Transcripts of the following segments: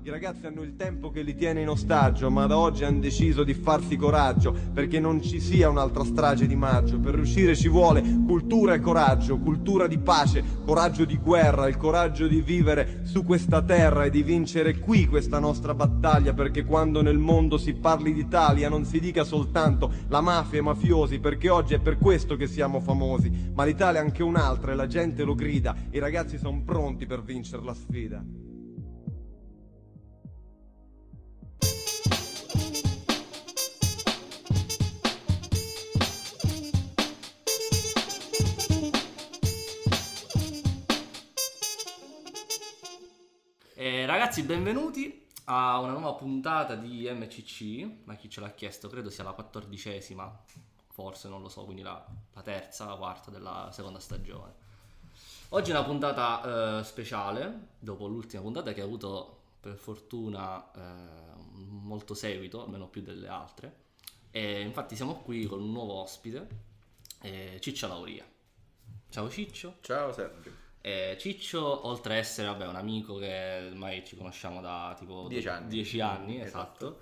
I ragazzi hanno il tempo che li tiene in ostaggio, ma da oggi hanno deciso di farsi coraggio, perché non ci sia un'altra strage di maggio. Per riuscire ci vuole cultura e coraggio, cultura di pace, coraggio di guerra, il coraggio di vivere su questa terra e di vincere qui questa nostra battaglia, perché quando nel mondo si parli d'Italia non si dica soltanto la mafia e i mafiosi, perché oggi è per questo che siamo famosi, ma l'Italia è anche un'altra e la gente lo grida, i ragazzi sono pronti per vincere la sfida. Ragazzi, benvenuti a una nuova puntata di MCC, ma chi ce l'ha chiesto credo sia la 14ª, forse non lo so, quindi la terza, la quarta della seconda stagione. Oggi è una puntata speciale, dopo l'ultima puntata che ha avuto per fortuna molto seguito, almeno più delle altre, e infatti siamo qui con un nuovo ospite, Ciccio Lauria. Ciao Ciccio. Ciao Sergio. Ciccio, oltre a essere un amico che ormai ci conosciamo da tipo 10 anni, esatto.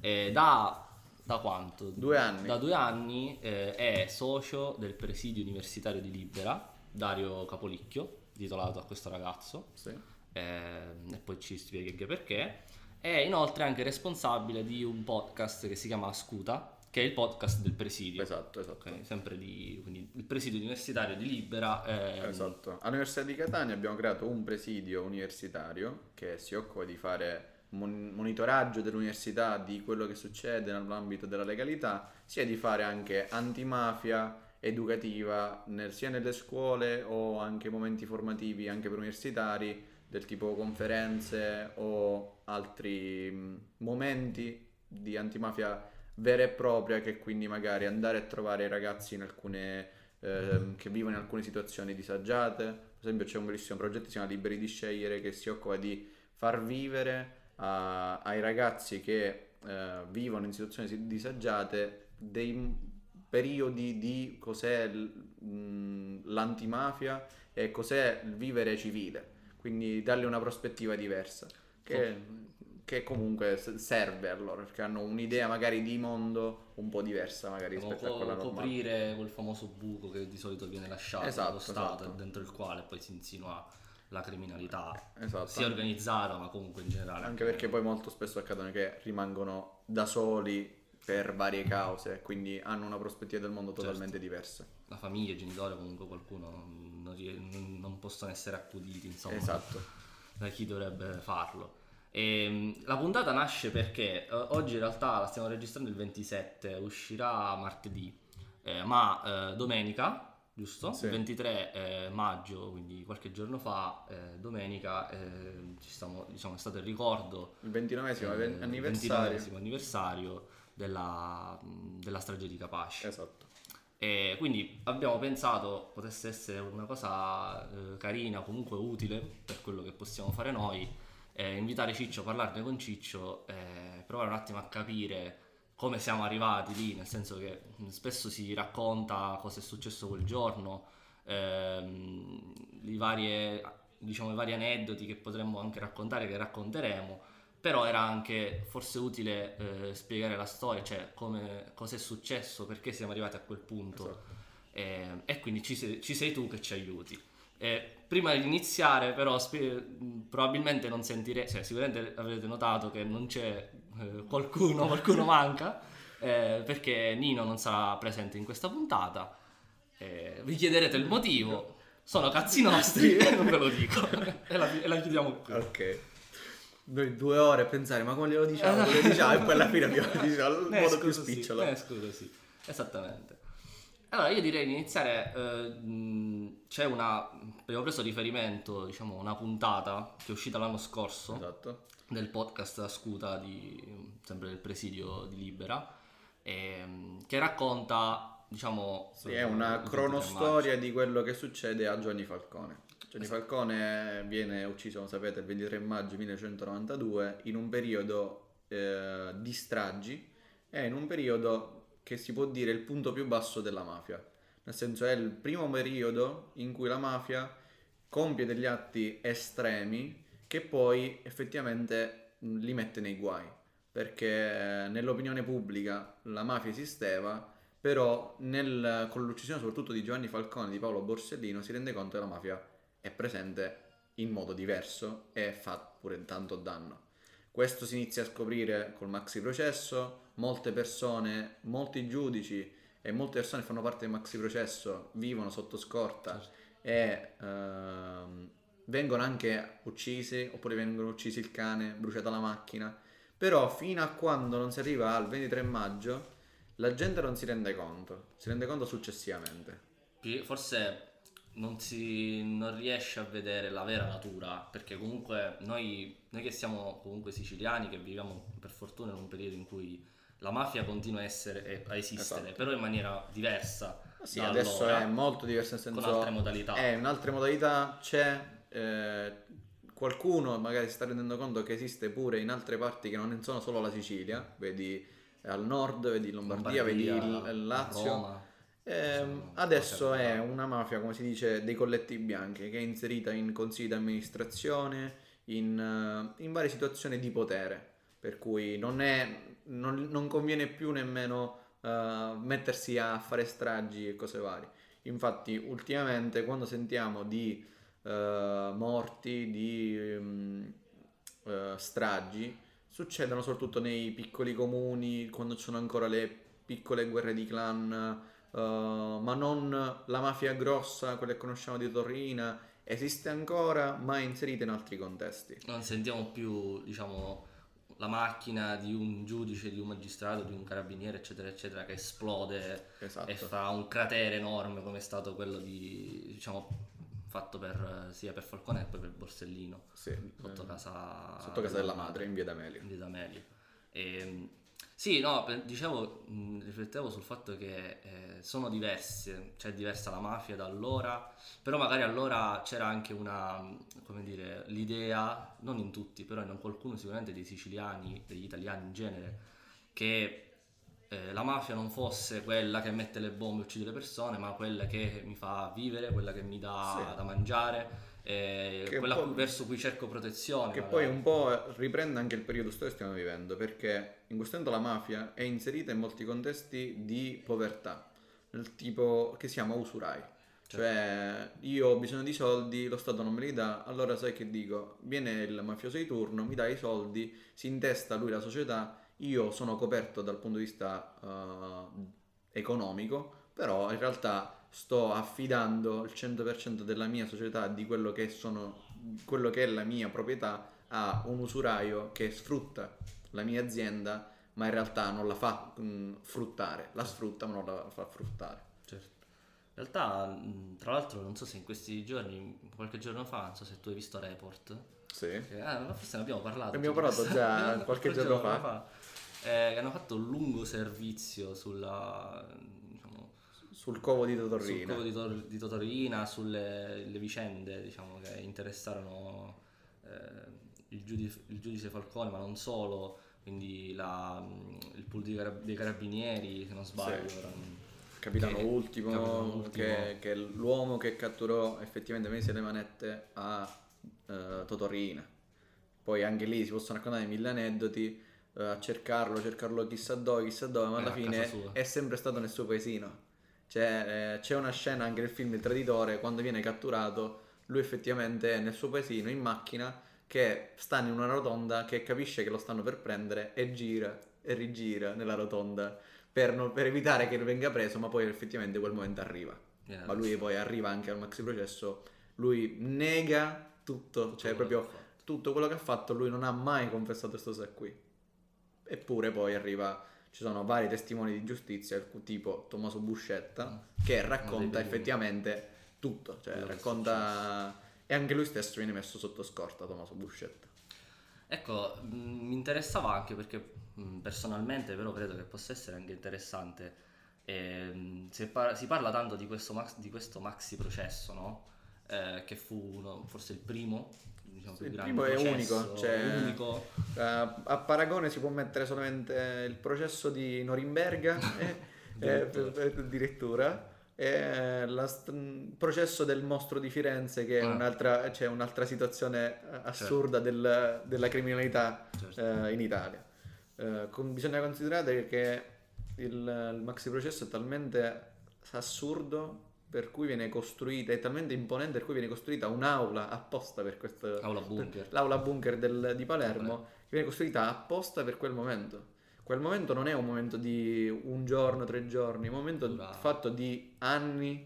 Da quanto? 2 anni. Da 2 anni è socio del presidio universitario di Libera, Dario Capolicchio, titolato a questo ragazzo, sì. E poi ci spieghi anche perché. È inoltre anche responsabile di un podcast che si chiama Scuta, che è il podcast del presidio. Esatto. Okay, sempre quindi il presidio universitario di Libera. Esatto. All'Università di Catania abbiamo creato un presidio universitario che si occupa di fare monitoraggio dell'università, di quello che succede nell'ambito della legalità, sia di fare anche antimafia educativa sia nelle scuole o anche momenti formativi anche per universitari, del tipo conferenze o altri momenti di antimafia vera e propria, che quindi magari andare a trovare i ragazzi in alcune che vivono in alcune situazioni disagiate. Per esempio c'è un bellissimo progetto che si chiama Liberi di Scegliere, che si occupa di far vivere ai ragazzi che vivono in situazioni disagiate dei periodi di cos'è l'antimafia e cos'è il vivere civile, quindi dargli una prospettiva diversa che comunque serve a loro, perché hanno un'idea magari di mondo un po' diversa magari rispetto a quella normale. Coprire quel famoso buco che di solito viene lasciato dallo Stato, dentro il quale poi si insinua la criminalità, sia organizzata ma comunque in generale. Anche perché poi molto spesso accadono che rimangono da soli per varie cause, quindi hanno una prospettiva del mondo totalmente diversa. La famiglia, i genitori, comunque qualcuno non possono essere accuditi, insomma, da chi dovrebbe farlo. La puntata nasce perché oggi in realtà la stiamo registrando il 27, uscirà martedì, ma domenica, giusto? Sì. Il 23 maggio, quindi qualche giorno fa, domenica, è stato il ricordo, il 29esimo anniversario della strage di Capaci. Esatto. E quindi abbiamo pensato potesse essere una cosa carina, comunque utile per quello che possiamo fare noi, invitare Ciccio a parlarne con Ciccio, provare un attimo a capire come siamo arrivati lì, nel senso che spesso si racconta cosa è successo quel giorno, i vari aneddoti che potremmo anche raccontare, che racconteremo, però era anche forse utile spiegare la storia, cioè cosa è successo, perché siamo arrivati a quel punto. Esatto. E quindi ci sei tu che ci aiuti. Prima di iniziare però probabilmente non sentirete, cioè sicuramente avrete notato che non c'è qualcuno manca, perché Nino non sarà presente in questa puntata. Vi chiederete il motivo, sono cazzi nostri, non ve lo dico, e la chiudiamo qui. Ok. Noi 2 ore a pensare, ma come glielo diciamo? E poi alla fine abbiamo deciso al modo più spicciolo. Sì, esattamente. Allora io direi di iniziare, abbiamo preso riferimento, diciamo, una puntata che è uscita l'anno scorso, esatto, del podcast A Scuta, sempre del presidio di Libera, che racconta, diciamo... Sì, è una cronostoria di quello che succede a Giovanni Falcone. Giovanni Falcone viene ucciso, come sapete, il 23 maggio 1992 in un periodo di stragi e in un periodo che si può dire il punto più basso della mafia. Nel senso è il primo periodo in cui la mafia compie degli atti estremi che poi effettivamente li mette nei guai, perché nell'opinione pubblica la mafia esisteva, però con l'uccisione soprattutto di Giovanni Falcone e di Paolo Borsellino si rende conto che la mafia è presente in modo diverso e fa pure tanto danno. Questo si inizia a scoprire col maxi processo, molte persone, molti giudici e molte persone che fanno parte del maxi processo vivono sotto scorta e vengono anche uccisi, oppure vengono uccisi il cane, bruciata la macchina. Però fino a quando non si arriva al 23 maggio la gente non si rende conto successivamente. Forse non riesce a vedere la vera natura, perché comunque noi che siamo comunque siciliani, che viviamo per fortuna in un periodo in cui la mafia continua a esistere, Esatto. però in maniera diversa. Sì, da adesso allora, è molto diverso, nel senso con altre modalità. in altre modalità c'è, qualcuno magari si sta rendendo conto che esiste pure in altre parti che non sono solo la Sicilia, vedi al nord, vedi Lombardia, vedi il Lazio. Roma. Adesso è una mafia, come si dice, dei colletti bianchi, che è inserita in consigli di amministrazione, in varie situazioni di potere, per cui non conviene più nemmeno mettersi a fare stragi e cose varie. Infatti ultimamente quando sentiamo di morti, di stragi, succedono soprattutto nei piccoli comuni, quando ci sono ancora le piccole guerre di clan, ma non la mafia grossa, quella che conosciamo di Torrina, esiste ancora, ma è inserita in altri contesti. Non sentiamo più, diciamo, la macchina di un giudice, di un magistrato, di un carabiniere, eccetera, eccetera, che esplode Esatto. e fa un cratere enorme, come è stato quello diciamo, fatto sia per Falcone che poi per Borsellino, Sì, sotto casa della madre, in via D'Amelio. in via D'Amelio. Sì, no, dicevo, riflettevo sul fatto che sono diverse, cioè è diversa la mafia da allora, però magari allora c'era anche come dire, l'idea, non in tutti, però in qualcuno sicuramente dei siciliani, degli italiani in genere, che la mafia non fosse quella che mette le bombe e uccide le persone, ma quella che mi fa vivere, quella che mi dà Sì. da mangiare, quella verso cui cerco protezione. Che magari. poi un po' riprende anche il periodo storico che stiamo vivendo, perché in questo momento la mafia è inserita in molti contesti di povertà, nel tipo che si chiama usurai. Cioè, io ho bisogno di soldi, lo Stato non me li dà, allora sai che dico? Viene il mafioso di turno, mi dà i soldi, si intesta lui la società, io sono coperto dal punto di vista economico, però in realtà sto affidando il 100% della mia società, di quello che è la mia proprietà, a un usuraio che sfrutta la mia azienda, ma in realtà non la fa fruttare, la sfrutta ma non la fa fruttare. Certo. In realtà, tra l'altro, non so se in questi giorni, qualche giorno fa, non so se tu hai visto Report. Sì. Forse ne abbiamo parlato. Ne abbiamo parlato già qualche giorno fa. Che hanno fatto un lungo servizio diciamo, sul covo di sul Totorrina. covo di Totorina, sulle le vicende, diciamo, che interessarono il giudice Falcone, ma non solo, quindi il pool dei carabinieri, se non sbaglio. Sì. Erano- Capitano Ultimo, Capitano Ultimo. che è l'uomo che catturò effettivamente Mesi le manette a Totorrina. Poi anche lì si possono raccontare mille aneddoti, a cercarlo chissà dove, ma alla a fine casa sua. è sempre stato nel suo paesino. C'è una scena anche nel film Il Traditore, quando viene catturato, lui effettivamente è nel suo paesino in macchina, che sta in una rotonda, che capisce che lo stanno per prendere e gira e rigira nella rotonda per evitare che venga preso, ma poi effettivamente quel momento arriva. Yeah. Ma lui poi arriva anche al maxi processo, lui nega tutto, cioè quello proprio che ha fatto. tutto quello che ha fatto, lui non ha mai confessato questa cosa qui. Eppure poi arriva, ci sono vari testimoni di giustizia, tipo Tommaso Buscetta, che racconta effettivamente tutto, cioè quello che è racconta, e anche lui stesso viene messo sotto scorta, Tommaso Buscetta. Ecco, mi interessava anche perché personalmente però credo che possa essere anche interessante. Si parla tanto di questo maxi processo, no? Che fu forse il primo, diciamo, più Il grande primo è processo, unico, cioè, unico. a paragone si può mettere solamente il processo di Norimberga addirittura, e il processo del mostro di Firenze, che è un'altra situazione assurda della criminalità in Italia. Bisogna considerare che il maxi processo è talmente assurdo per cui viene costruita, è talmente imponente per cui viene costruita un'aula apposta per questo, Aula bunker. l'aula bunker di Palermo, che viene costruita apposta per quel momento. Quel momento non è un momento di un giorno, 3 giorni, è un momento fatto di anni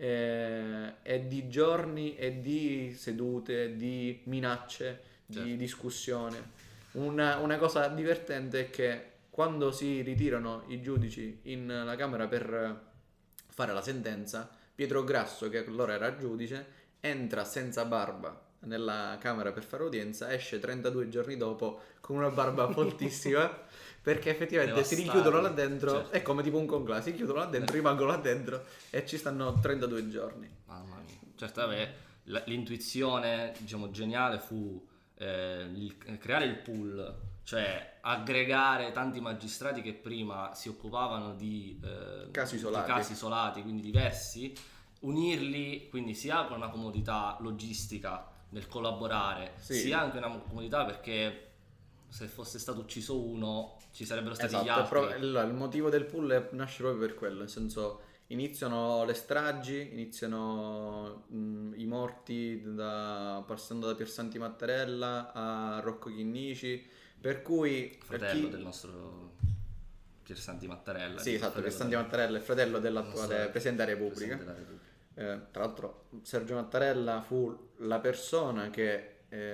e di giorni e di sedute, di minacce, di discussione. Una cosa divertente è che quando si ritirano i giudici in la Camera per fare la sentenza, Pietro Grasso, che allora era giudice, entra senza barba nella Camera per fare udienza, esce 32 giorni dopo con una barba foltissima, perché effettivamente si rinchiudono là dentro, è come tipo un conclave, si chiudono là dentro, rimangono là dentro e ci stanno 32 giorni. Mamma mia. Certo, vabbè, l'intuizione, diciamo, geniale fu creare il pool, cioè aggregare tanti magistrati che prima si occupavano di casi isolati, quindi diversi, unirli, quindi sia con una comodità logistica nel collaborare, sia anche una comodità perché se fosse stato ucciso uno ci sarebbero stati gli altri. Il motivo del pool nasce proprio per quello, nel senso iniziano le stragi, iniziano i morti passando da Piersanti Mattarella a Rocco Chinnici, per cui fratello del nostro Piersanti Mattarella. Sì, esatto, Piersanti Mattarella è il fratello dell'attuale Presidente della Repubblica. Tra l'altro Sergio Mattarella fu la persona che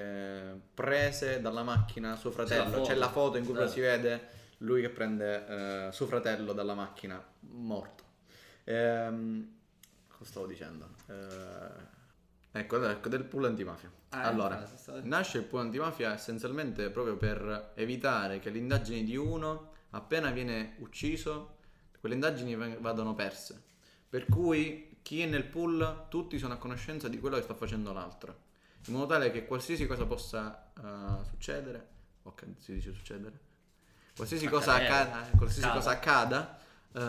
prese dalla macchina suo fratello, c'è la foto in cui lo si vede lui che prende suo fratello dalla macchina morto. Cosa stavo dicendo? Ecco, del pool antimafia. Allora, nasce il pool antimafia essenzialmente proprio per evitare che le indagini di uno, appena viene ucciso, quelle indagini vadano perse. Per cui chi è nel pool, tutti sono a conoscenza di quello che sta facendo l'altro, in modo tale che qualsiasi cosa possa succedere, si dice succedere, qualsiasi cosa accada,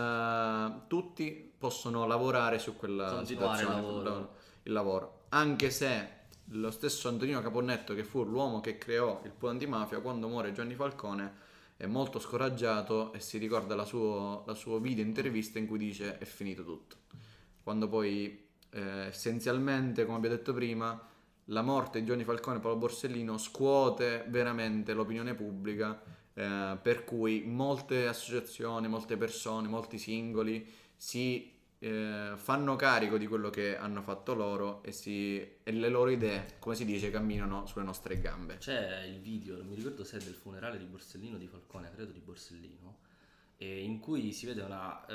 tutti possono lavorare su quella situazione, il lavoro. Anche se lo stesso Antonino Caponnetto, che fu l'uomo che creò il pool antimafia, quando muore Gianni Falcone è molto scoraggiato e si ricorda la sua video intervista in cui dice è finito tutto, quando poi essenzialmente, come abbiamo detto prima, la morte di Gianni Falcone e Paolo Borsellino scuote veramente l'opinione pubblica, per cui molte associazioni, molte persone, molti singoli si fanno carico di quello che hanno fatto loro e le loro idee, come si dice, camminano sulle nostre gambe. C'è il video, non mi ricordo se è del funerale di Borsellino o di Falcone, credo di Borsellino, in cui si vede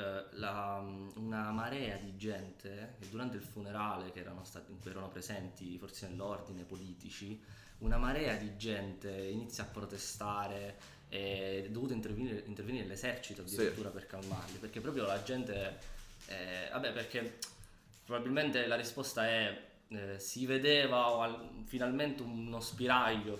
una marea di gente che durante il funerale, che erano presenti forse nell'ordine, politici, una marea di gente inizia a protestare, è dovuto intervenire l'esercito addirittura per calmarli, perché proprio la gente perché probabilmente la risposta è si vedeva finalmente uno spiraglio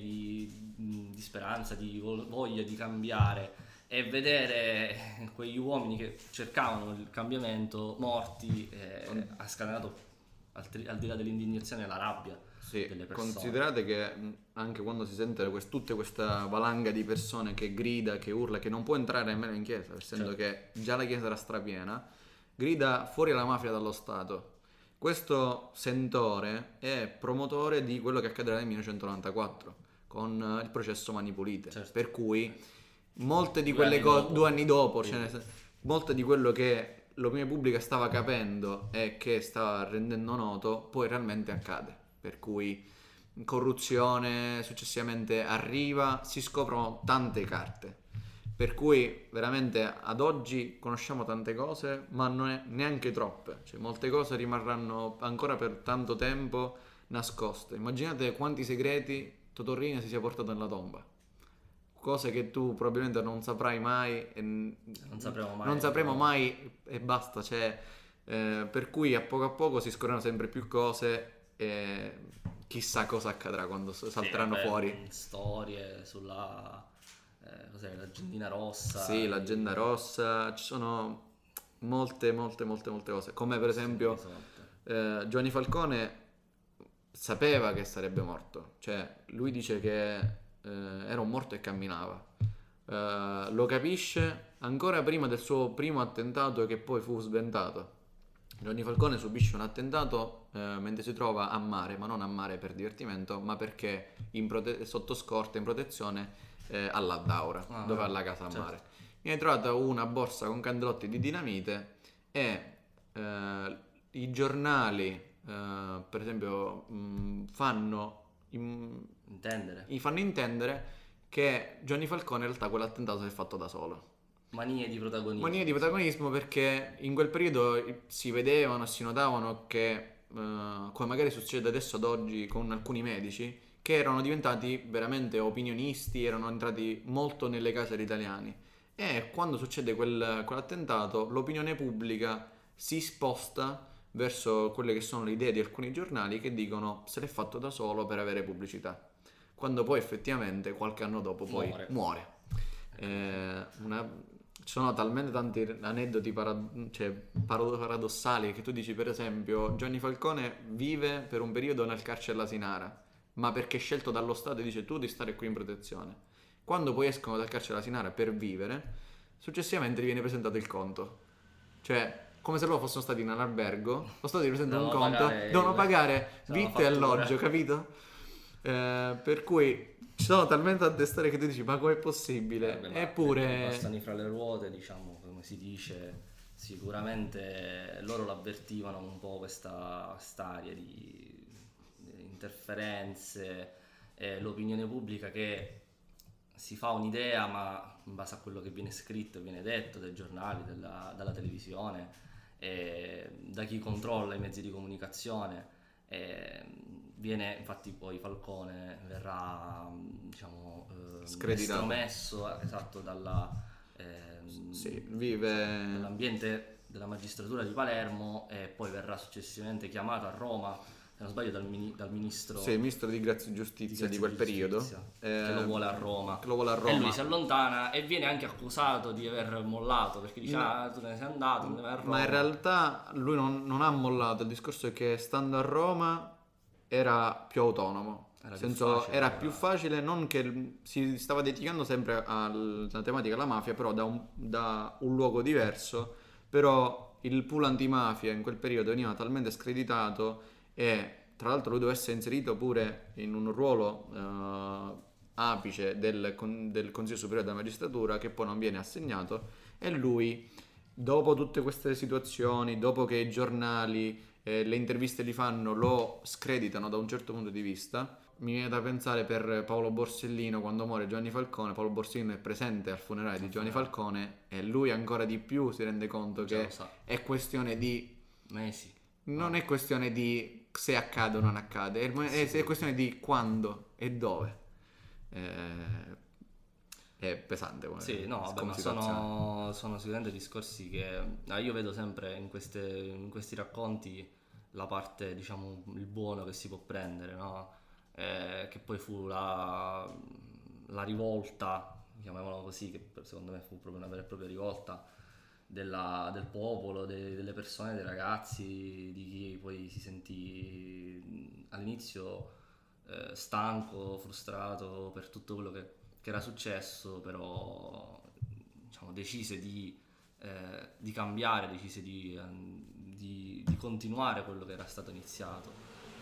di speranza, di voglia di cambiare, e vedere quegli uomini che cercavano il cambiamento morti ha scatenato al di là dell'indignazione la rabbia delle persone. Considerate che anche quando si sente tutta questa valanga di persone che grida, che urla, che non può entrare nemmeno in chiesa, essendo che già la chiesa era strapiena, grida fuori la mafia dallo Stato. Questo sentore è promotore di quello che accadrà nel 1994 con il processo Mani Pulite, per cui molte di quelle cose 2 anni dopo, molte di quello che l'opinione pubblica stava capendo e che stava rendendo noto poi realmente accade, per cui corruzione successivamente arriva, si scoprono tante carte, per cui veramente ad oggi conosciamo tante cose, ma non è neanche troppe, cioè molte cose rimarranno ancora per tanto tempo nascoste. Immaginate quanti segreti Totò Riina si sia portato nella tomba, cose che tu probabilmente non saprai mai e non sapremo mai e basta, per cui a poco si scoprono sempre più cose e chissà cosa accadrà quando salteranno fuori storie sulla cos'è, l'Agendina Rossa. Sì, l'Agenda Rossa, ci sono molte cose, come per esempio Giovanni Falcone sapeva che sarebbe morto, cioè lui dice che era un morto e camminava. Lo capisce ancora prima del suo primo attentato che poi fu sventato. Giovanni Falcone subisce un attentato mentre si trova a mare, ma non a mare per divertimento, ma perché sotto scorta, in protezione all'Addaura, dove ha la casa a mare. Viene trovata una borsa con candelotti di dinamite e i giornali, per esempio, fanno intendere che Giovanni Falcone in realtà quell'attentato si è fatto da solo. Manie di protagonismo, perché in quel periodo si vedevano, si notavano che, come magari succede adesso ad oggi con alcuni medici, che erano diventati veramente opinionisti, erano entrati molto nelle case degli italiani. E quando succede quell'attentato, l'opinione pubblica si sposta verso quelle che sono le idee di alcuni giornali che dicono se l'è fatto da solo per avere pubblicità, quando poi effettivamente qualche anno dopo poi muore. Ci sono talmente tanti aneddoti paradossali che tu dici, per esempio, Giovanni Falcone vive per un periodo nel carcere Lasinara, ma perché è scelto dallo Stato e dice tu devi stare qui in protezione. Quando poi escono dal carcere Lasinara per vivere, successivamente gli viene presentato il conto. Cioè, come se loro fossero stati in un albergo, lo Stato gli presenta un conto, devono pagare vitto e alloggio, capito? Per cui ci sono talmente tante storie che tu dici ma com'è possibile? Eppure passano fra le ruote, diciamo, come si dice. Sicuramente loro l'avvertivano un po' questa aria di interferenze, l'opinione pubblica che si fa un'idea ma in base a quello che viene scritto e viene detto dai giornali, dalla televisione, da chi controlla i mezzi di comunicazione. Viene infatti poi Falcone verrà estromesso dall'ambiente della magistratura di Palermo e poi verrà successivamente chiamato a Roma, se non sbaglio, dal ministro di Grazia e Giustizia di quel periodo, che lo vuole a Roma. E lui si allontana e viene anche accusato di aver mollato, perché dice tu te ne sei andato, non vai a Roma. Ma in realtà lui non ha mollato. Il discorso è che stando a Roma era più autonomo, era più facile, non che si stava dedicando sempre alla tematica della mafia, però da un luogo diverso. Però il pool antimafia in quel periodo veniva talmente screditato e tra l'altro lui doveva essere inserito pure in un ruolo apice del Consiglio Superiore della Magistratura, che poi non viene assegnato, e lui, dopo tutte queste situazioni, dopo che i giornali, le interviste li fanno, lo screditano da un certo punto di vista. Mi viene da pensare per Paolo Borsellino, quando muore Giovanni Falcone, Paolo Borsellino è presente al funerale di Giovanni Falcone e lui ancora di più si rende conto che è questione di mesi. Non è questione di se accade o non accade, è questione di quando e dove. È pesante come ma sono sicuramente discorsi che io vedo sempre in questi racconti la parte, diciamo, il buono che si può prendere, no? Che poi fu la rivolta, chiamiamola così, che secondo me fu proprio una vera e propria rivolta del popolo, delle persone, dei ragazzi, di chi poi si sentì all'inizio stanco, frustrato per tutto quello che era successo, però diciamo, decise di cambiare, decise di continuare quello che era stato iniziato.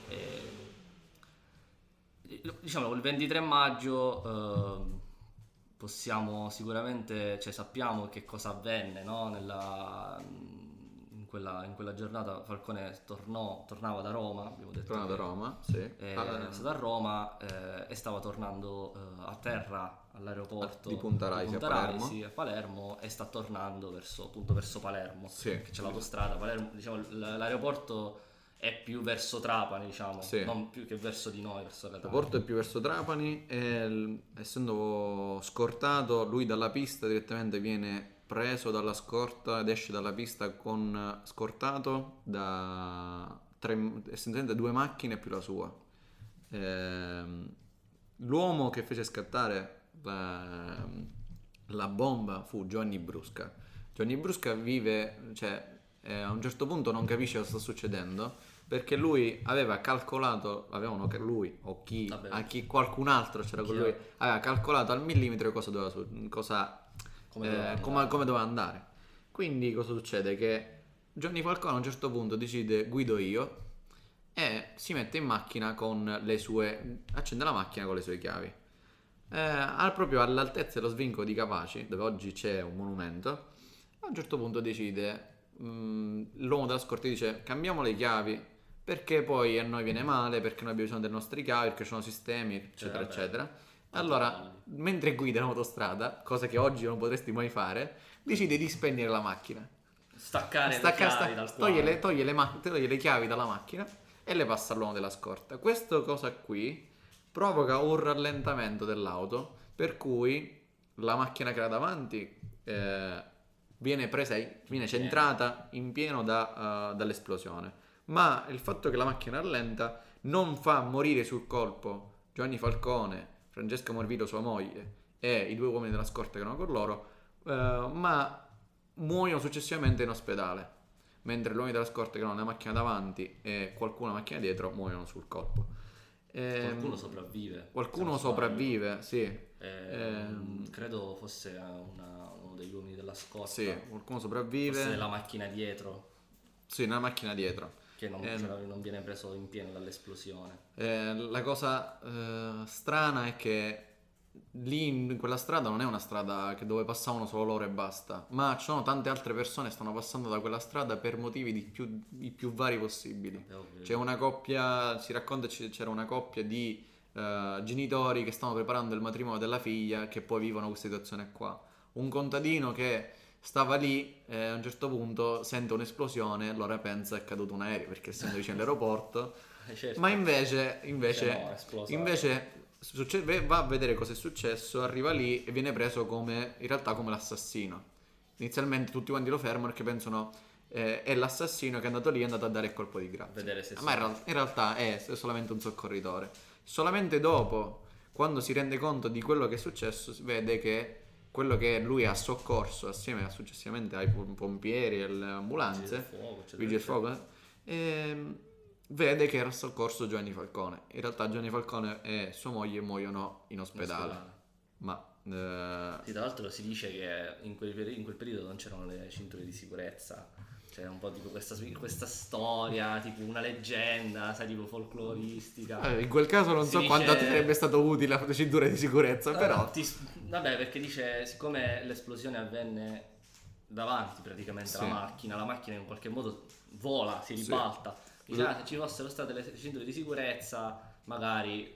Diciamo il 23 maggio possiamo sicuramente, sappiamo che cosa avvenne, no? In quella giornata Falcone tornava da Roma, abbiamo detto. Tornava da Roma, sì. Era stato a Roma e stava tornando a terra all'aeroporto di Punta Raisi a Palermo, e sta tornando verso Palermo, che c'è l'autostrada. Palermo, diciamo, l'aeroporto è più verso Trapani, diciamo, non più che verso di noi, verso Catania. L'aeroporto è più verso Trapani e essendo scortato, lui dalla pista direttamente viene preso dalla scorta ed esce dalla pista scortato da essenzialmente 2 macchine più la sua. L'uomo che fece scattare la bomba fu Giovanni Brusca. Gianni Brusca vive, cioè a un certo punto non capisce cosa sta succedendo, perché lui aveva calcolato, lui o chi, Vabbè. qualcun altro c'era con lui, aveva calcolato al millimetro cosa come doveva andare. Quindi cosa succede? Che Gianni Falcone a un certo punto decide guido io e si mette in macchina con le sue, accende la macchina con le sue chiavi. Proprio all'altezza dello svincolo di Capaci, dove oggi c'è un monumento, a un certo punto decide, l'uomo della scorta dice cambiamo le chiavi perché poi a noi viene male, perché noi abbiamo bisogno dei nostri cavi, perché ci sono sistemi, eccetera, eccetera. Allora, mentre guida l'autostrada, cosa che oggi non potresti mai fare, decide di spegnere la macchina. Staccare le chiavi dal quadro. Toglie le chiavi dalla macchina e le passa all'uomo della scorta. Questa cosa qui provoca un rallentamento dell'auto, per cui la macchina che era davanti viene centrata in pieno dall'esplosione. Ma il fatto che la macchina rallenta non fa morire sul colpo Giovanni Falcone, Francesca Morvillo, sua moglie, e i 2 uomini della scorta che erano con loro, ma muoiono successivamente in ospedale, mentre gli uomini della scorta che erano nella macchina davanti e qualcuno nella macchina dietro muoiono sul colpo. Qualcuno sopravvive. Qualcuno sopravvive, sì. Credo fosse uno degli uomini della scorta. Sì, qualcuno sopravvive. Forse nella macchina dietro. Sì, nella macchina dietro. Che non viene preso in pieno dall'esplosione. La cosa strana è che lì in quella strada non è una strada dove passavano solo loro e basta, ma ci sono tante altre persone che stanno passando da quella strada per motivi i più vari possibili. C'è una coppia, si racconta c'era una coppia di genitori che stavano preparando il matrimonio della figlia, che poi vivono questa situazione qua. Un contadino che stava lì e a un certo punto sente un'esplosione, allora pensa è caduto un aereo perché essendo vicino all'aeroporto, certo. Ma invece va a vedere cosa è successo, arriva lì e viene preso in realtà come l'assassino. Inizialmente tutti quanti lo fermano perché pensano è l'assassino che è andato lì e è andato a dare il colpo di grazia. Ma in realtà è solamente un soccorritore. Solamente dopo, quando si rende conto di quello che è successo, si vede che quello che lui ha soccorso assieme successivamente ai pompieri e alle ambulanze, vigili del fuoco, vede che era soccorso Giovanni Falcone. In realtà Giovanni Falcone e sua moglie muoiono in ospedale. Ma sì, tra l'altro si dice che in quel periodo non c'erano le cinture di sicurezza. C'era un po' tipo questa storia, tipo una leggenda, sai, tipo folcloristica. In quel caso non so quanto ti sarebbe stato utile la cintura di sicurezza, però. Vabbè, perché dice, siccome l'esplosione avvenne davanti praticamente alla macchina, la macchina in qualche modo vola, si ribalta. Dice, se ci fossero state le cinture di sicurezza, magari...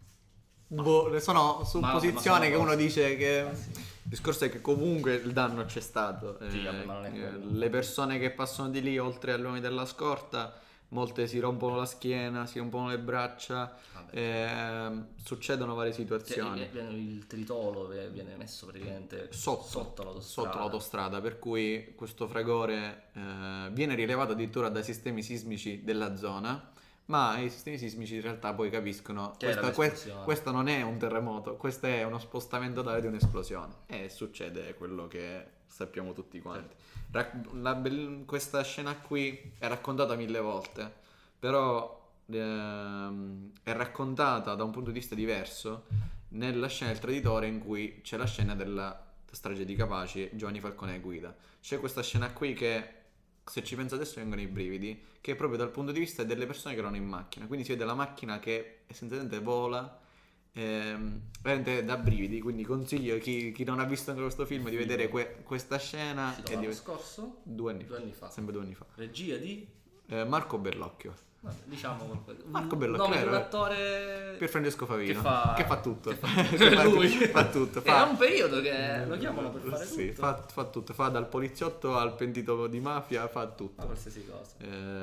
sono supposizioni che uno dice che... Il discorso è che comunque il danno c'è stato. Le persone che passano di lì, oltre agli uomini della scorta, molte si rompono la schiena, si rompono le braccia, succedono varie situazioni. Il tritolo viene messo praticamente sotto l'autostrada, per cui questo fragore viene rilevato addirittura dai sistemi sismici della zona. Ma i sistemi sismici in realtà poi capiscono questo non è un terremoto, questo è uno spostamento tale di un'esplosione, e succede quello che sappiamo tutti quanti. Questa scena qui è raccontata 1000 volte, però è raccontata da un punto di vista diverso nella scena del traditore, in cui c'è la scena della strage di Capaci, Giovanni Falcone guida. C'è questa scena qui che, se ci penso adesso, vengono i brividi, che è proprio dal punto di vista delle persone che erano in macchina. Quindi si vede la macchina che essenzialmente vola, veramente da brividi. Quindi consiglio chi non ha visto ancora questo film di vedere questa scena. L'anno scorso? 2 anni fa. Sempre 2 anni fa. Regia di? Marco Bellocchio. Diciamo Marco Bellocchio, nome di un attore Pier Francesco Favino, che fa tutto. Lui fa tutto. È un periodo che lo chiamano per fare tutto. Fa tutto, fa dal poliziotto al pentito di mafia, fa tutto. Ma qualsiasi cosa.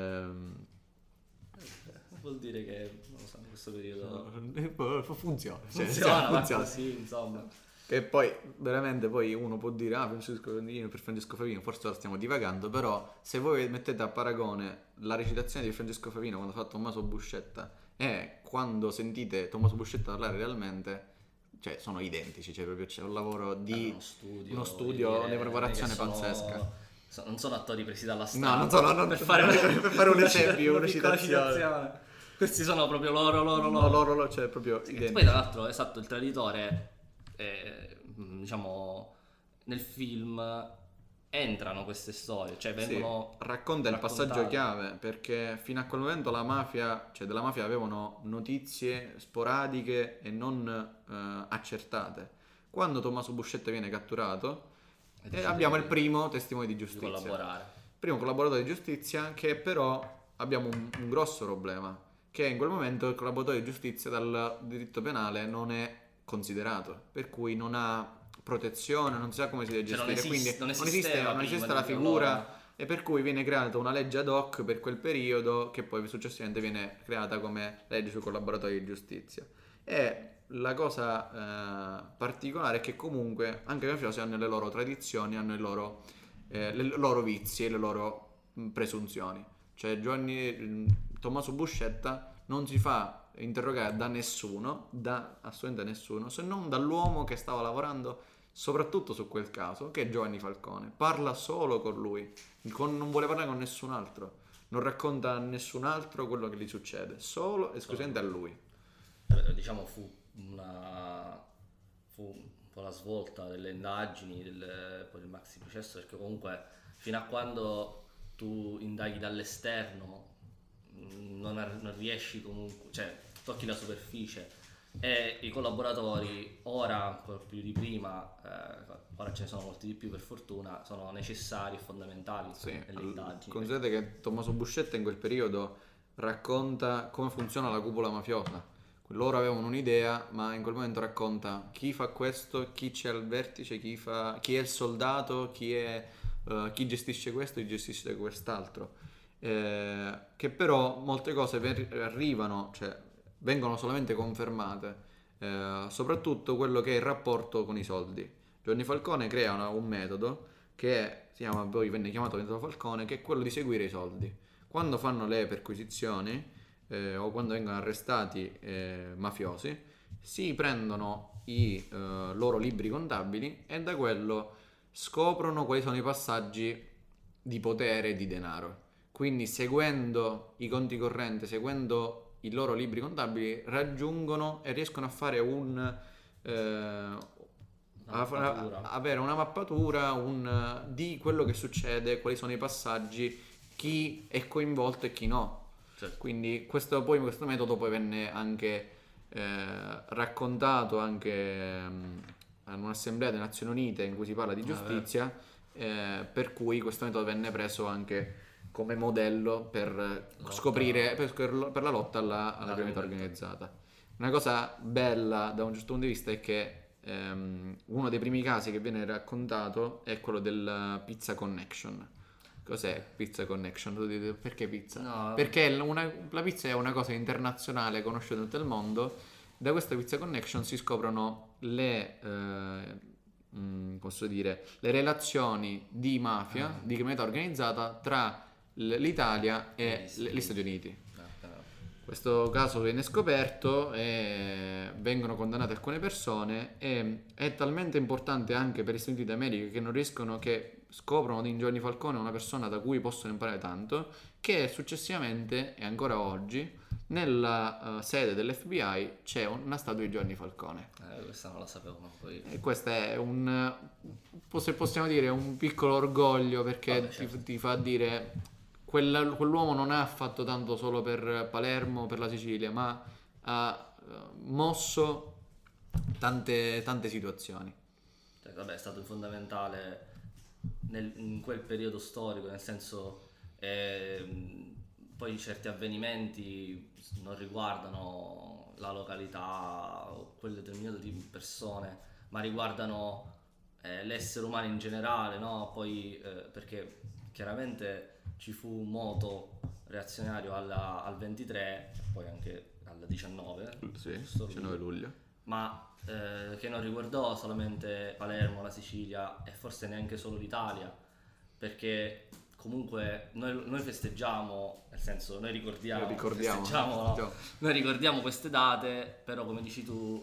Vuol dire che, non lo so, in questo periodo funziona. Funziona. Sì, insomma. E poi veramente uno può dire per Francesco Favino, forse ora stiamo divagando, però se voi mettete a paragone la recitazione di Francesco Favino quando ha fatto Tommaso Buscetta e quando sentite Tommaso Buscetta parlare realmente, cioè sono identici, cioè proprio c'è un lavoro di uno studio di lavorazione pazzesca. Non sono attori presi dalla No, stampa non sono per fare un esempio, una piccola citazione. Questi sono proprio loro. No, loro, cioè proprio Sì, identici. poi tra l'altro, esatto, il traditore, diciamo, nel film entrano queste storie, cioè vengono racconta il passaggio raccontate. chiave, perché fino a quel momento la mafia, cioè della mafia avevano notizie sporadiche e non accertate. Quando Tommaso Buscetta viene catturato, abbiamo il primo testimone di di giustizia. collaborare. Primo collaboratore di giustizia, che però abbiamo un grosso problema, che in quel momento il collaboratore di giustizia dal diritto penale non è considerato, per cui non ha protezione, non si sa come si deve Cioè, gestire, quindi non esiste prima la di figura, loro. e per cui viene creata una legge ad hoc per quel periodo, che poi successivamente viene creata come legge sui collaboratori di giustizia. E la cosa particolare è che comunque anche i mafiosi hanno le loro tradizioni, hanno le loro vizi e le loro presunzioni. Cioè Tommaso Buscetta non si fa interrogare da nessuno, da assolutamente nessuno, se non dall'uomo che stava lavorando soprattutto su quel caso, che è Giovanni Falcone. Parla solo con lui, non vuole parlare con nessun altro, non racconta a nessun altro quello che gli succede, solo esclusivamente a lui. Diciamo fu un po' la svolta delle indagini, poi del maxi processo, perché comunque fino a quando tu indaghi dall'esterno non riesci comunque, cioè tocchi la superficie, e i collaboratori ora ancora più di prima, ora ce ne sono molti di più per fortuna, sono necessari e fondamentali nelle indagini. Considerate che Tommaso Buscetta in quel periodo racconta come funziona la cupola mafiosa. Loro avevano un'idea, ma in quel momento racconta chi fa questo, chi c'è al vertice, chi è il soldato, chi gestisce questo, chi gestisce quest'altro. Che però molte cose arrivano, cioè vengono solamente confermate, soprattutto quello che è il rapporto con i soldi. Giovanni Falcone crea un metodo che poi venne chiamato metodo Falcone, che è quello di seguire i soldi. Quando fanno le perquisizioni o quando vengono arrestati mafiosi, si prendono i loro libri contabili e da quello scoprono quali sono i passaggi di potere e di denaro. Quindi seguendo i conti correnti, seguendo i loro libri contabili, raggiungono e riescono a fare avere una mappatura di quello che succede, quali sono i passaggi, chi è coinvolto e chi no. Certo. Quindi questo metodo poi venne anche raccontato anche a un'assemblea delle Nazioni Unite in cui si parla di giustizia, per cui questo metodo venne preso anche come modello per scoprire per la lotta alla criminalità organizzata. Una cosa bella da un certo punto di vista è che uno dei primi casi che viene raccontato è quello del Pizza Connection. Cos'è Pizza Connection? Tu dite, perché pizza? No. Perché la pizza è una cosa internazionale conosciuta in tutto il mondo. Da questa Pizza Connection si scoprono le relazioni di mafia, di criminalità organizzata tra l'Italia e gli Stati Uniti. Questo caso viene scoperto e vengono condannate alcune persone, e è talmente importante anche per gli Stati Uniti d'America che scoprono di Giovanni Falcone una persona da cui possono imparare tanto, che successivamente e ancora oggi nella sede dell'FBI c'è una statua di Giovanni Falcone. Questa non la sapevo manco io. E questo è se possiamo dire, un piccolo orgoglio, perché certo. ti fa dire quell'uomo non ha fatto tanto solo per Palermo, per la Sicilia, ma ha mosso tante situazioni. Cioè, vabbè, è stato fondamentale in quel periodo storico, nel senso poi certi avvenimenti non riguardano la località o quel determinato tipo di persone, ma riguardano l'essere umano in generale, no? Poi perché chiaramente ci fu un moto reazionario al 23, poi anche al 19, sì, 19 luglio, ma che non riguardò solamente Palermo, la Sicilia e forse neanche solo l'Italia, perché comunque noi festeggiamo, nel senso noi ricordiamo, Ricordiamo. festeggiamo, no? Già. Noi ricordiamo queste date, però come dici tu,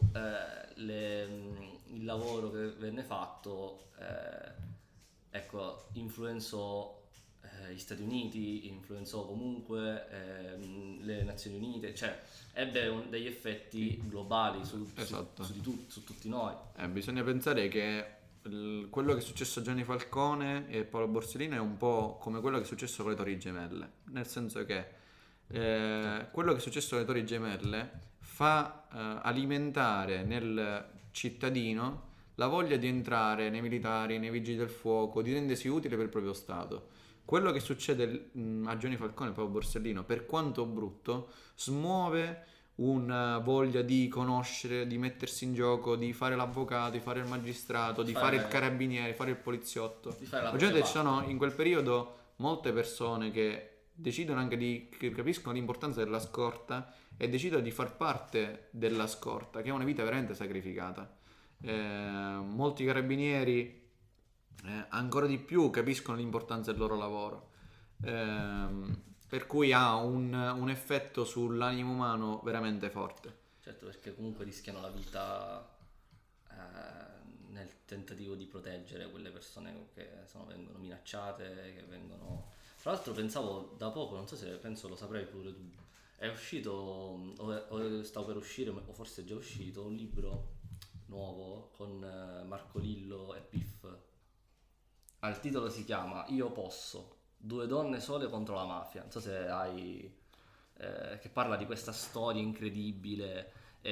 il lavoro che venne fatto, ecco, influenzò gli Stati Uniti, influenzò comunque le Nazioni Unite, cioè ebbe degli effetti globali Esatto. su tutti noi. Bisogna pensare che quello che è successo a Gianni Falcone e Paolo Borsellino è un po' come quello che è successo con le Torri Gemelle, nel senso che quello che è successo con le Torri Gemelle fa alimentare nel cittadino la voglia di entrare nei militari, nei vigili del fuoco, di rendersi utile per il proprio Stato. Quello che succede a Gianni Falcone e Paolo Borsellino, per quanto brutto, smuove una voglia di conoscere, di mettersi in gioco, di fare l'avvocato, di fare il magistrato, di fare il carabiniere, di fare il poliziotto. Di fare la Oggettivamente propria ci sono in quel periodo molte persone che decidono anche che capiscono l'importanza della scorta e decidono di far parte della scorta, che è una vita veramente sacrificata. Molti carabinieri ancora di più capiscono l'importanza del loro lavoro. Per cui ha un effetto sull'animo umano veramente forte. Certo, perché comunque rischiano la vita nel tentativo di proteggere quelle persone che vengono minacciate, che vengono... Tra l'altro pensavo da poco, non so se penso lo saprai pure tu, è uscito, o stavo per uscire, o forse è già uscito, un libro nuovo con Marco Lillo e Piff. Il titolo si chiama Io posso, 2 donne sole contro la mafia. Non so se hai... che parla di questa storia incredibile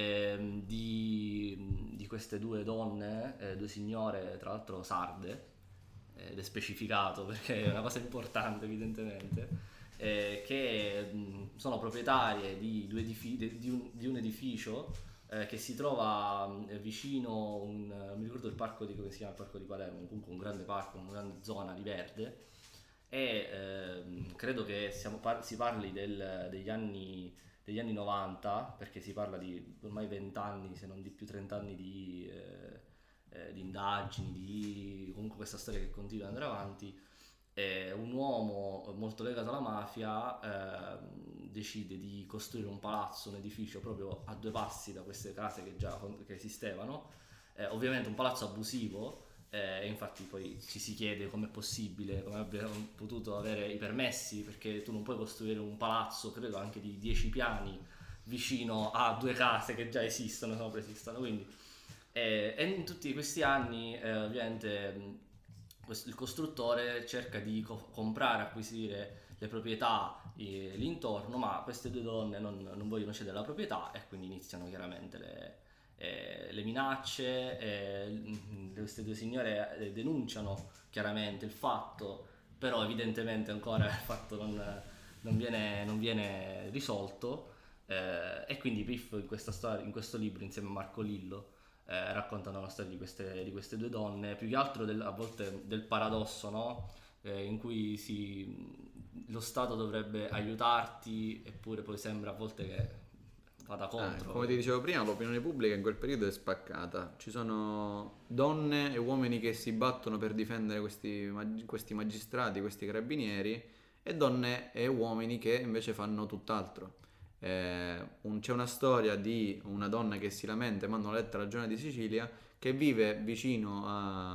di queste 2 donne, 2 signore, tra l'altro sarde, ed è specificato perché è una cosa importante evidentemente, che sono proprietarie di un edificio che si trova vicino non mi ricordo il parco come si chiama, il parco di Palermo, comunque un grande parco, una grande zona di verde, e credo che si parli degli anni 90, perché si parla di ormai 20 anni, se non di più 30 anni di indagini, comunque questa storia che continua ad andare avanti. Un uomo molto legato alla mafia decide di costruire un palazzo, un edificio proprio a 2 passi da queste case che esistevano, ovviamente un palazzo abusivo, e infatti poi ci si chiede com'è possibile, come abbiamo potuto avere i permessi, perché tu non puoi costruire un palazzo, credo anche di 10 piani, vicino a 2 case che già esistono, sono preesistono, quindi e in tutti questi anni ovviamente il costruttore cerca di comprare, acquisire le proprietà l'intorno, ma queste 2 donne non vogliono cedere la proprietà, e quindi iniziano chiaramente le minacce. Queste 2 signore denunciano chiaramente il fatto, però evidentemente ancora il fatto non viene risolto, e quindi Piff in questa storia, in questo libro, insieme a Marco Lillo, raccontano la storia di queste 2 donne, più che altro a volte del paradosso, no? In cui lo Stato dovrebbe aiutarti, eppure poi sembra a volte che vada contro. Come ti dicevo prima, l'opinione pubblica in quel periodo è spaccata. Ci sono donne e uomini che si battono per difendere questi magistrati, questi carabinieri, e donne e uomini che invece fanno tutt'altro. C'è una storia di una donna che si lamenta, manda una lettera alla Regione di Sicilia, che vive vicino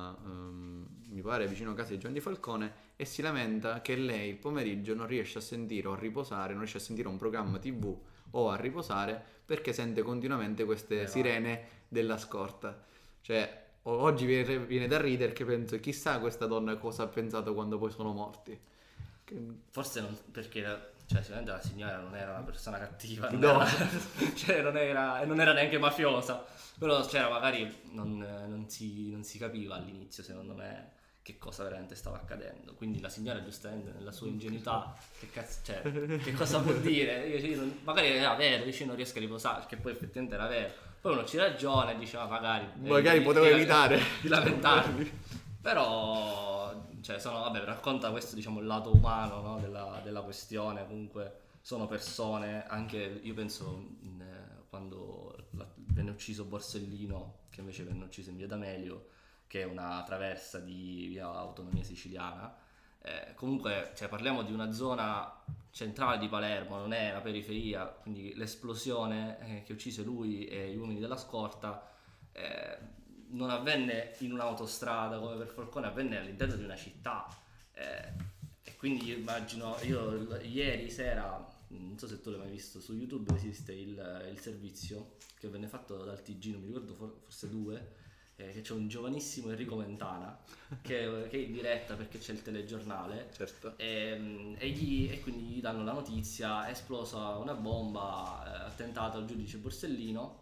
mi pare vicino a casa di Gianni Falcone, e si lamenta che lei il pomeriggio non riesce a sentire o a riposare, non riesce a sentire un programma TV o a riposare, perché sente continuamente queste sirene della scorta. Cioè, oggi viene da ridere, che penso, chissà questa donna cosa ha pensato quando poi sono morti. Forse non, perché sicuramente la signora non era una persona cattiva, No. non era neanche mafiosa, però magari non si capiva all'inizio, secondo me, che cosa veramente stava accadendo. Quindi la signora, giustamente, nella sua ingenuità, che cosa vuol dire? Magari era vero, dice non riesco a riposare, perché poi effettivamente era vero. Poi uno ci ragiona e diceva magari potevo evitare di lamentarmi. Però racconta questo, diciamo, il lato umano, no, della questione. Comunque sono persone, anche io penso quando venne ucciso Borsellino, che invece venne ucciso in via D'Amelio, che è una traversa di via Autonomia Siciliana, Comunque, cioè, parliamo di una zona centrale di Palermo, non è la periferia, quindi l'esplosione che uccise lui e gli uomini della scorta non avvenne in un'autostrada come per Falcone, avvenne all'interno di una città. E quindi io immagino, ieri sera, non so se tu l'hai mai visto, su YouTube esiste il servizio che venne fatto dal TG, non mi ricordo, forse 2, che c'è un giovanissimo Enrico Mentana che è in diretta perché c'è il telegiornale, Certo. e quindi gli danno la notizia: è esplosa una bomba, attentato al giudice Borsellino,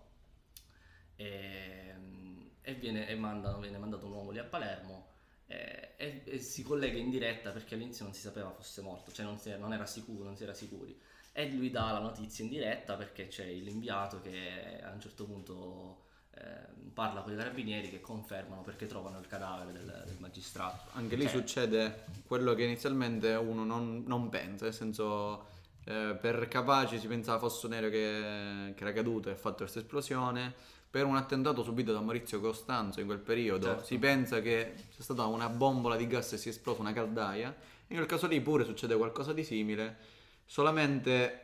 viene mandato un uomo lì a Palermo, e si collega in diretta perché all'inizio non si sapeva fosse morto, cioè non si era sicuri, e lui dà la notizia in diretta perché c'è l'inviato che a un certo punto parla con i carabinieri che confermano, perché trovano il cadavere del magistrato. Anche lì succede quello che inizialmente uno non pensa, nel senso, per Capaci si pensava fosse un aereo che era caduto e ha fatto questa esplosione. Per un attentato subito da Maurizio Costanzo in quel periodo, certo, si pensa che sia stata una bombola di gas e sia esplosa una caldaia. In quel caso lì pure succede qualcosa di simile, solamente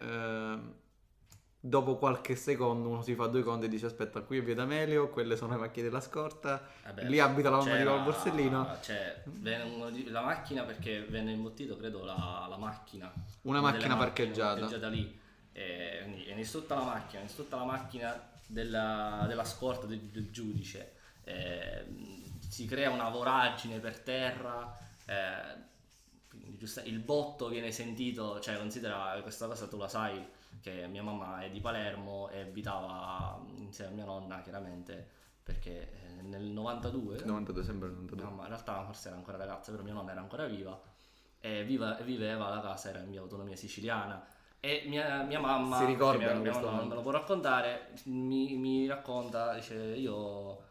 dopo qualche secondo uno si fa due conti e dice: aspetta, qui è via D'Amelio, quelle sono le macchine della scorta, lì abita la mamma di Borsellino. La macchina, perché venne imbottito, credo, la macchina, Una macchina parcheggiata lì, quindi è distrutta la macchina della scorta del giudice, si crea una voragine per terra, quindi il botto viene sentito, cioè considera questa cosa, tu la sai, che mia mamma è di Palermo e abitava insieme a mia nonna, chiaramente, perché nel 92, sempre il 92. Mamma in realtà forse era ancora ragazza, però mia nonna era ancora viva e viveva, la casa era in via Autonomia Siciliana, e mia mamma, si ricorda, mia mamma non me lo può raccontare, mi racconta, dice: io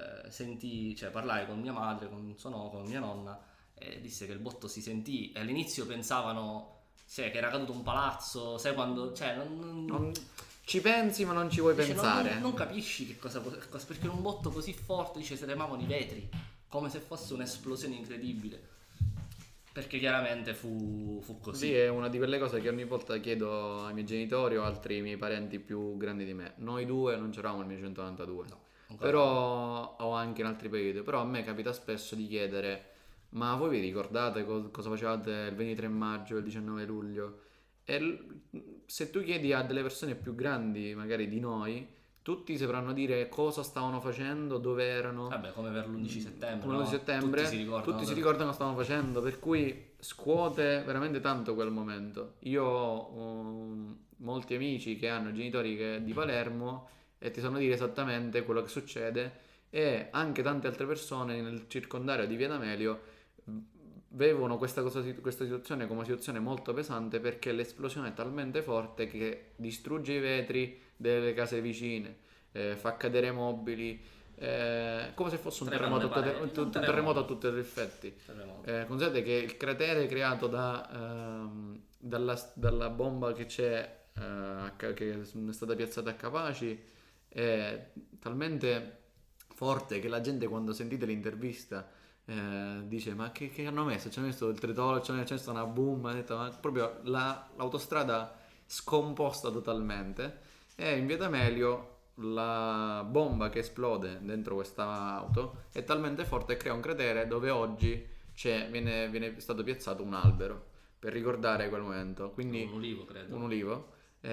parlai con mia madre, con mia nonna, e disse che il botto si sentì, e all'inizio pensavano che era caduto un palazzo, sai quando, cioè non ci pensi ma non ci vuoi pensare, non capisci che cosa, perché un botto così forte, dice, si tremavano i vetri come se fosse un'esplosione incredibile, perché chiaramente fu così. Sì, è una di quelle cose che ogni volta chiedo ai miei genitori o altri miei parenti più grandi di me. Noi due non c'eravamo nel 1992, no, però o anche in altri periodi, però a me capita spesso di chiedere: ma voi vi ricordate cosa facevate il 23 maggio, il 19 luglio? E se tu chiedi a delle persone più grandi, magari di noi, tutti sapranno dire cosa stavano facendo, dove erano. Vabbè, come per l'11 settembre. Come l'11 settembre, tutti si ricordano cosa stavano facendo, per cui scuote veramente tanto quel momento. Io ho molti amici che hanno genitori di Palermo e ti sanno dire esattamente quello che succede, e anche tante altre persone nel circondario di Via D'Amelio vivono questa situazione come una situazione molto pesante, perché l'esplosione è talmente forte che distrugge i vetri delle case vicine, fa cadere mobili, come se fosse un terremoto, un terremoto a tutti gli effetti. Considerate che il cratere creato dalla bomba che c'è, che è stata piazzata a Capaci, è talmente forte che la gente, quando sentite l'intervista, dice: ma che hanno messo? Ci hanno messo il tritolo, ci hanno messo una boom, ha detto, ma proprio l'autostrada scomposta totalmente. E in Via D'Amelio la bomba che esplode dentro questa auto è talmente forte che crea un cratere dove oggi viene stato piazzato un albero per ricordare quel momento. Quindi un olivo, credo. Un olivo.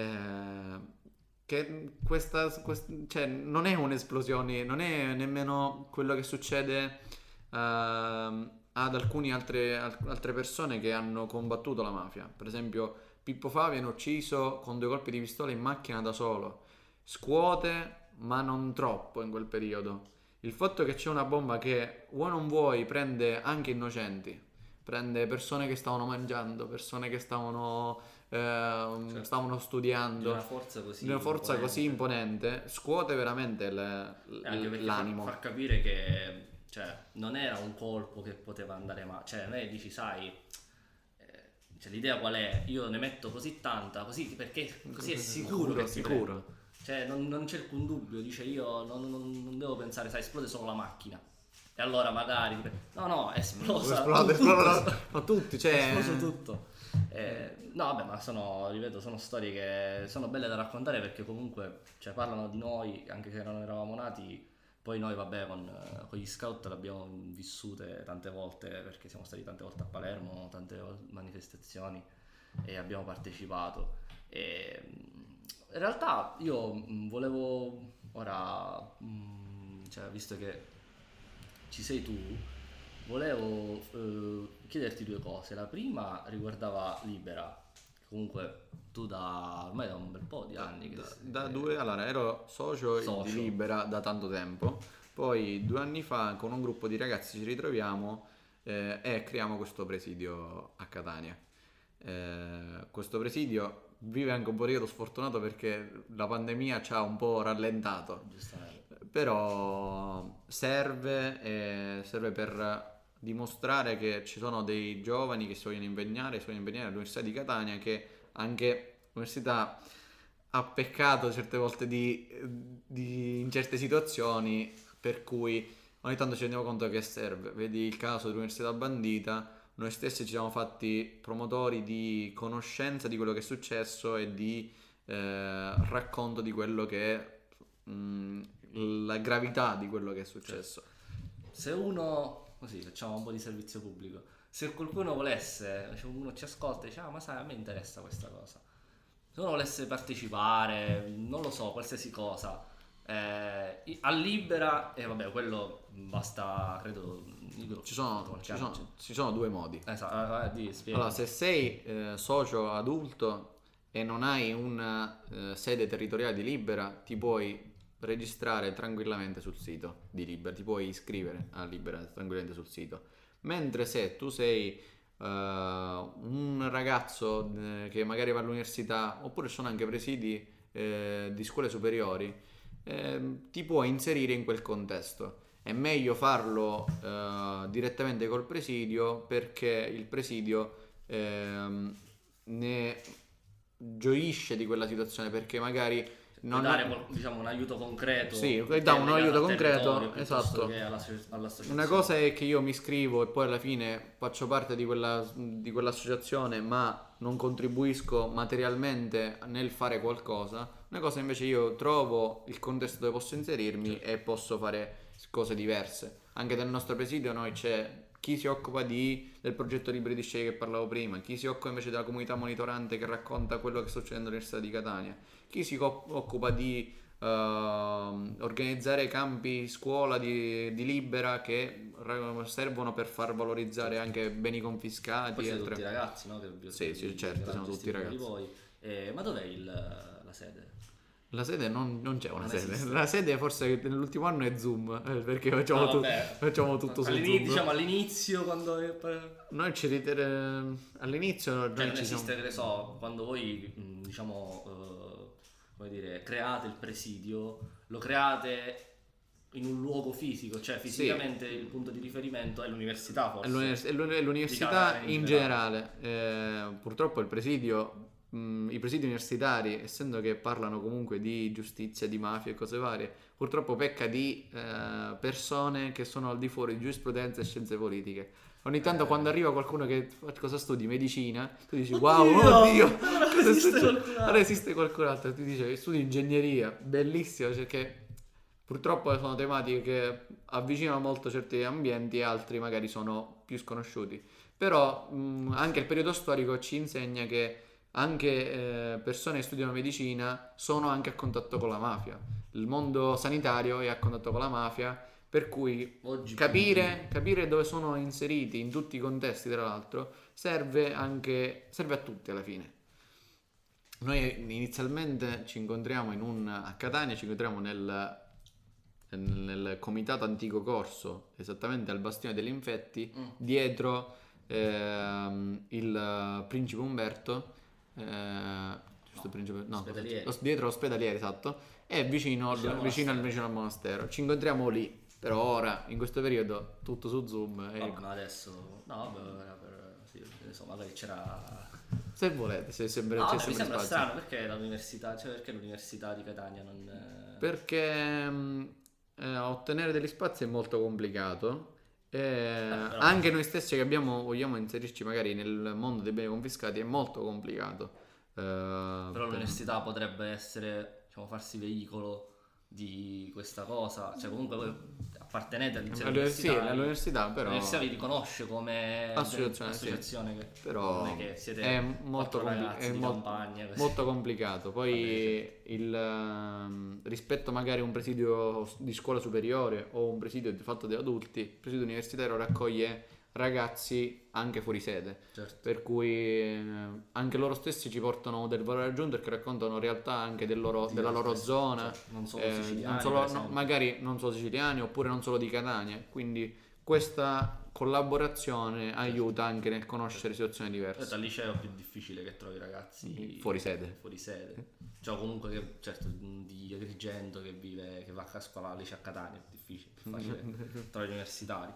Che cioè, non è un'esplosione, non è nemmeno quello che succede ad alcune altre persone che hanno combattuto la mafia. Per esempio Pippo Fa viene ucciso con 2 colpi di pistola in macchina da solo. Scuote, ma non troppo in quel periodo. Il fatto che c'è una bomba che, vuoi non vuoi, prende anche innocenti, prende persone che stavano mangiando, persone che stavano studiando, di una forza così imponente, scuote veramente l'animo. Fa capire che, cioè, non era un colpo che poteva andare male, cioè lei dici, sai, cioè, l'idea qual è? Io ne metto così tanta, così, perché così è sicuro che sicuro. Cioè non c'è alcun dubbio, dice, io non devo pensare, sai, esplode solo la macchina, E allora magari no, è esplosa Esplode, tutto. ma tutti, cioè... È esploso tutto. No, vabbè, ma ripeto, sono storie che sono belle da raccontare perché comunque, cioè, parlano di noi, anche se non eravamo nati. Poi noi, vabbè, con gli scout l'abbiamo vissute tante volte perché siamo stati tante volte a Palermo, manifestazioni e abbiamo partecipato. E, in realtà io volevo ora, cioè, visto che ci sei tu, volevo chiederti due cose. La prima riguardava Libera. Comunque tu ormai da un bel po' di anni che Allora, ero socio di Libera da tanto tempo, poi 2 anni fa con un gruppo di ragazzi ci ritroviamo e creiamo questo presidio a Catania. Questo presidio vive anche un periodo sfortunato perché la pandemia ci ha un po' rallentato, però serve per dimostrare che ci sono dei giovani che si vogliono impegnare all'Università di Catania, che anche l'università ha peccato certe volte in certe situazioni, per cui ogni tanto ci rendiamo conto che serve. Vedi il caso dell'Università Bandita, noi stessi ci siamo fatti promotori di conoscenza di quello che è successo e di racconto di quello che è la gravità di quello che è successo. Se uno, così facciamo un po' di servizio pubblico, se qualcuno volesse, cioè uno ci ascolta e dice ma sai, a me interessa questa cosa, se uno volesse partecipare, non lo so, qualsiasi cosa, a Libera, e vabbè, quello basta, credo, ci sono 2 modi. Esatto, allora, se sei socio adulto e non hai una sede territoriale di Libera, ti puoi registrare tranquillamente sul sito di Libera, ti puoi iscrivere a Libera tranquillamente sul sito. Mentre se tu sei un ragazzo che magari va all'università, oppure sono anche presidi di scuole superiori, ti puoi inserire in quel contesto. È meglio farlo direttamente col presidio, perché il presidio ne gioisce di quella situazione, perché magari non dare diciamo un aiuto concreto. Sì, dà un aiuto concreto, esatto. Una cosa è che io mi iscrivo e poi alla fine faccio parte di quell'associazione, ma non contribuisco materialmente nel fare qualcosa. Una cosa invece, io trovo il contesto dove posso inserirmi e posso fare cose diverse. Anche nel nostro presidio noi c'è chi si occupa del progetto Liberi di Scegliere che parlavo prima, chi si occupa invece della comunità monitorante che racconta quello che sta succedendo all'Università di Catania, chi si occupa di organizzare campi scuola di Libera che servono per far valorizzare anche beni confiscati. Poi siete tutti ragazzi, no? Sì, certo, siamo tutti ragazzi. Voi. Ma dov'è la sede? La sede non c'è una sede. Esiste. La sede forse nell'ultimo anno è Zoom, perché facciamo tutto su Zoom. Diciamo all'inizio, quando noi all'inizio non ci esiste, siamo... che ne so, quando voi come dire, create il presidio, lo create in un luogo fisico, cioè fisicamente il punto di riferimento è l'università, forse. È l'università in generale. Purtroppo i presidi universitari, essendo che parlano comunque di giustizia, di mafia e cose varie, purtroppo pecca di persone che sono al di fuori di giurisprudenza e scienze politiche. Ogni tanto quando arriva qualcuno che cosa studi? Medicina, tu dici oddio, allora esiste qualcun altro, ti dice che studi ingegneria, bellissimo, perché purtroppo sono tematiche che avvicinano molto certi ambienti e altri magari sono più sconosciuti. Però anche il periodo storico ci insegna che anche persone che studiano medicina sono anche a contatto con la mafia. Il mondo sanitario è a contatto con la mafia, per cui capire dove sono inseriti in tutti i contesti, tra l'altro, serve a tutti alla fine. Noi inizialmente ci incontriamo a Catania, ci incontriamo nel comitato antico corso, esattamente al Bastione degli Infetti, dietro il Principe Umberto, dietro l'ospedaliere, esatto, e vicino al monastero. Ci incontriamo lì. Però ora, in questo periodo, tutto su Zoom. Ma adesso, magari c'era. Se volete, mi sembra strano, perché l'università, cioè perché l'università di Catania non. Perché ottenere degli spazi è molto complicato. Però- Anche noi stessi che vogliamo inserirci magari nel mondo dei beni confiscati è molto complicato. Però l'università potrebbe essere, diciamo, farsi veicolo di questa cosa, cioè comunque voi appartenete all'università, all'università però l'università vi riconosce come associazione, che però non è che siete è molto, ragazzi di campagna, così. molto complicato. Poi rispetto magari a un presidio di scuola superiore o un presidio fatto da adulti, il presidio universitario raccoglie ragazzi anche fuori sede, Certo. per cui anche loro stessi ci portano del valore aggiunto perché raccontano realtà anche della loro zona, cioè, non solo siciliani, non solo- per esempio. magari non solo siciliani oppure non solo di Catania, quindi questa collaborazione aiuta anche nel conoscere situazioni diverse. Al liceo è più difficile che trovi ragazzi Fuori sede. Cioè comunque che, certo, di Agrigento che va a scuola al liceo a Catania è difficile, più facile trovare gli universitari.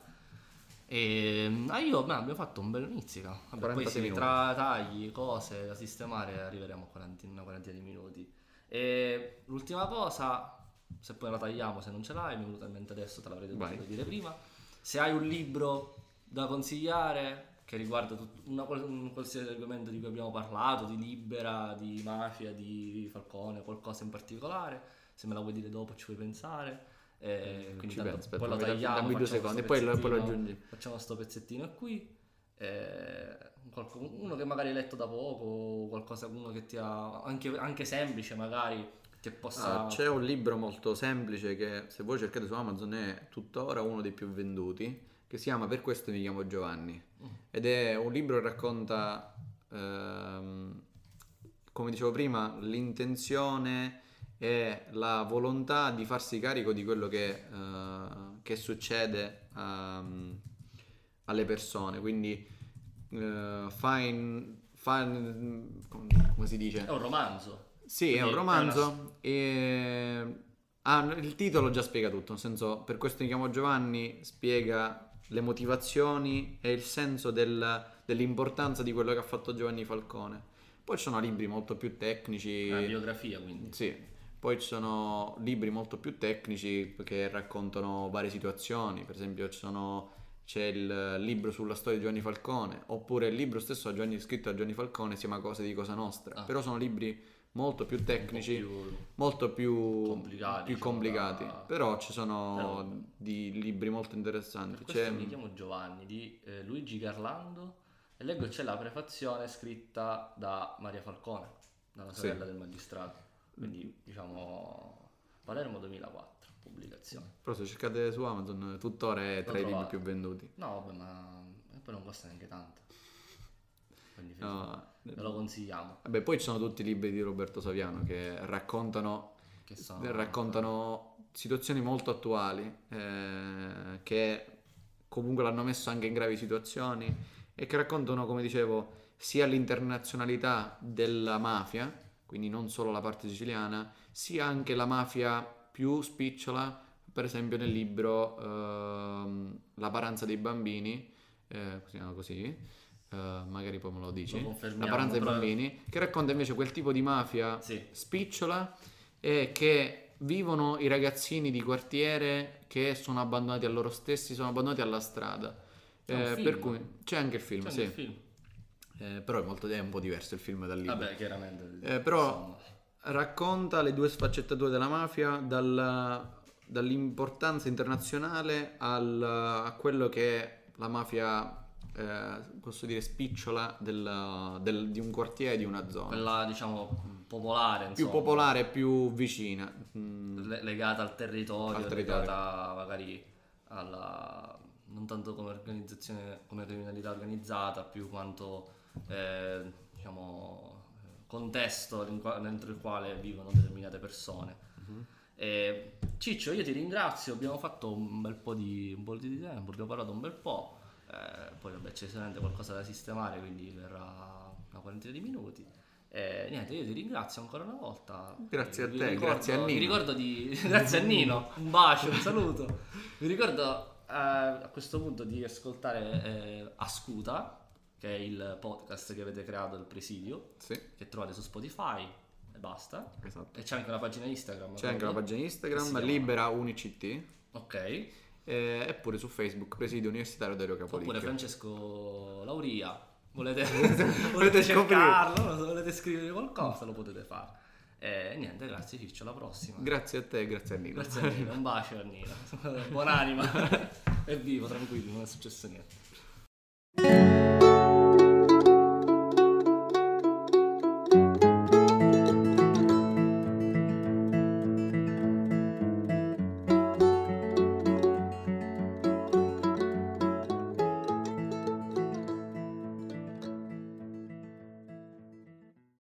Abbiamo fatto un bel inizio. Vabbè, 46 poi sì, minuti. tra tagli, cose da sistemare arriveremo a una quarantina di minuti. E l'ultima cosa, se poi la tagliamo, se non ce l'hai, mi è venuta in mente adesso, te l'avrei dovuto dire prima. Se hai un libro da consigliare che riguarda un qualsiasi argomento di cui abbiamo parlato, di Libera, di mafia, di Falcone, qualcosa in particolare, se me la vuoi dire dopo ci puoi pensare. Quindi Ci tanto penso, aspetta, poi lo dammi tagliamo, 2 facciamo secondi, sto poi lo pezzettino, aggiungi. facciamo sto pezzettino qui. Uno che magari hai letto da poco, qualcosa, uno che ti ha anche semplice magari che possa. C'è un libro molto semplice che se voi cercate su Amazon è tuttora uno dei più venduti, che si chiama Per questo mi chiamo Giovanni, ed è un libro che racconta come dicevo prima, l'intenzione e la volontà di farsi carico di quello che succede alle persone, quindi come si dice? È un romanzo. Sì, è un romanzo e il titolo già spiega tutto, nel senso, Per questo mi chiamo Giovanni spiega le motivazioni e il senso dell'importanza di quello che ha fatto Giovanni Falcone. Poi ci sono libri molto più tecnici. Una biografia, quindi. Sì, poi ci sono libri molto più tecnici che raccontano varie situazioni, per esempio c'è il libro sulla storia di Giovanni Falcone, oppure il libro stesso scritto da Giovanni Falcone si chiama Cose di Cosa Nostra, però sono libri molto più tecnici, molto più complicati, però ci sono di libri molto interessanti. Per questo mi chiamo Giovanni di Luigi Garlando e leggo c'è la prefazione scritta da Maria Falcone, dalla sorella del magistrato, quindi diciamo Palermo 2004 pubblicazione. Però se cercate su Amazon tuttora è tra i libri più venduti. No vabbè, ma poi non costa neanche tanto, quindi ve lo consigliamo. Vabbè, poi ci sono tutti i libri di Roberto Saviano che raccontano situazioni molto attuali, che comunque l'hanno messo anche in gravi situazioni e che raccontano, come dicevo, sia l'internazionalità della mafia, quindi non solo la parte siciliana, sia anche la mafia più spicciola, per esempio nel libro La paranza dei bambini, si chiama così, magari poi me lo dici, La paranza dei bambini, che racconta invece quel tipo di mafia spicciola e che vivono i ragazzini di quartiere che sono abbandonati a loro stessi, sono abbandonati alla strada. Per cui c'è anche il film, però è un po' diverso il film dal libro. Vabbè, chiaramente. Però racconta le due sfaccettature della mafia, dall'importanza internazionale a quello che è la mafia, posso dire, spicciola di un quartiere, di una zona. Quella, diciamo, popolare, insomma. Più popolare, più vicina. Legata al territorio, legata magari alla... non tanto come organizzazione, come criminalità organizzata, più quanto diciamo contesto dentro il quale vivono determinate persone. Ciccio, io ti ringrazio, abbiamo fatto un bel po' di tempo, abbiamo parlato un bel po', poi vabbè c'è sicuramente qualcosa da sistemare, quindi verrà una quarantina di minuti. Niente, io ti ringrazio ancora una volta. Grazie a te, grazie a Nino. Vi ricordo grazie a Nino, un bacio, un saluto. Vi ricordo a questo punto di ascoltare Ascuta, che è il podcast che avete creato al Presidio, che trovate su Spotify e basta. Esatto. E c'è anche una pagina Instagram. C'è anche una pagina Instagram, Libera Unict. Ok. Eppure su Facebook Presidio Universitario Dario Capolicchio. Oppure Francesco Lauria. Volete Volete cercarlo, non so, volete scrivere qualcosa, lo potete fare. E niente, grazie Ciccio, alla prossima. Grazie a te, grazie a Nino. Grazie a Nina, un bacio a Nina. Buonanima. È vivo, tranquillo, non è successo niente.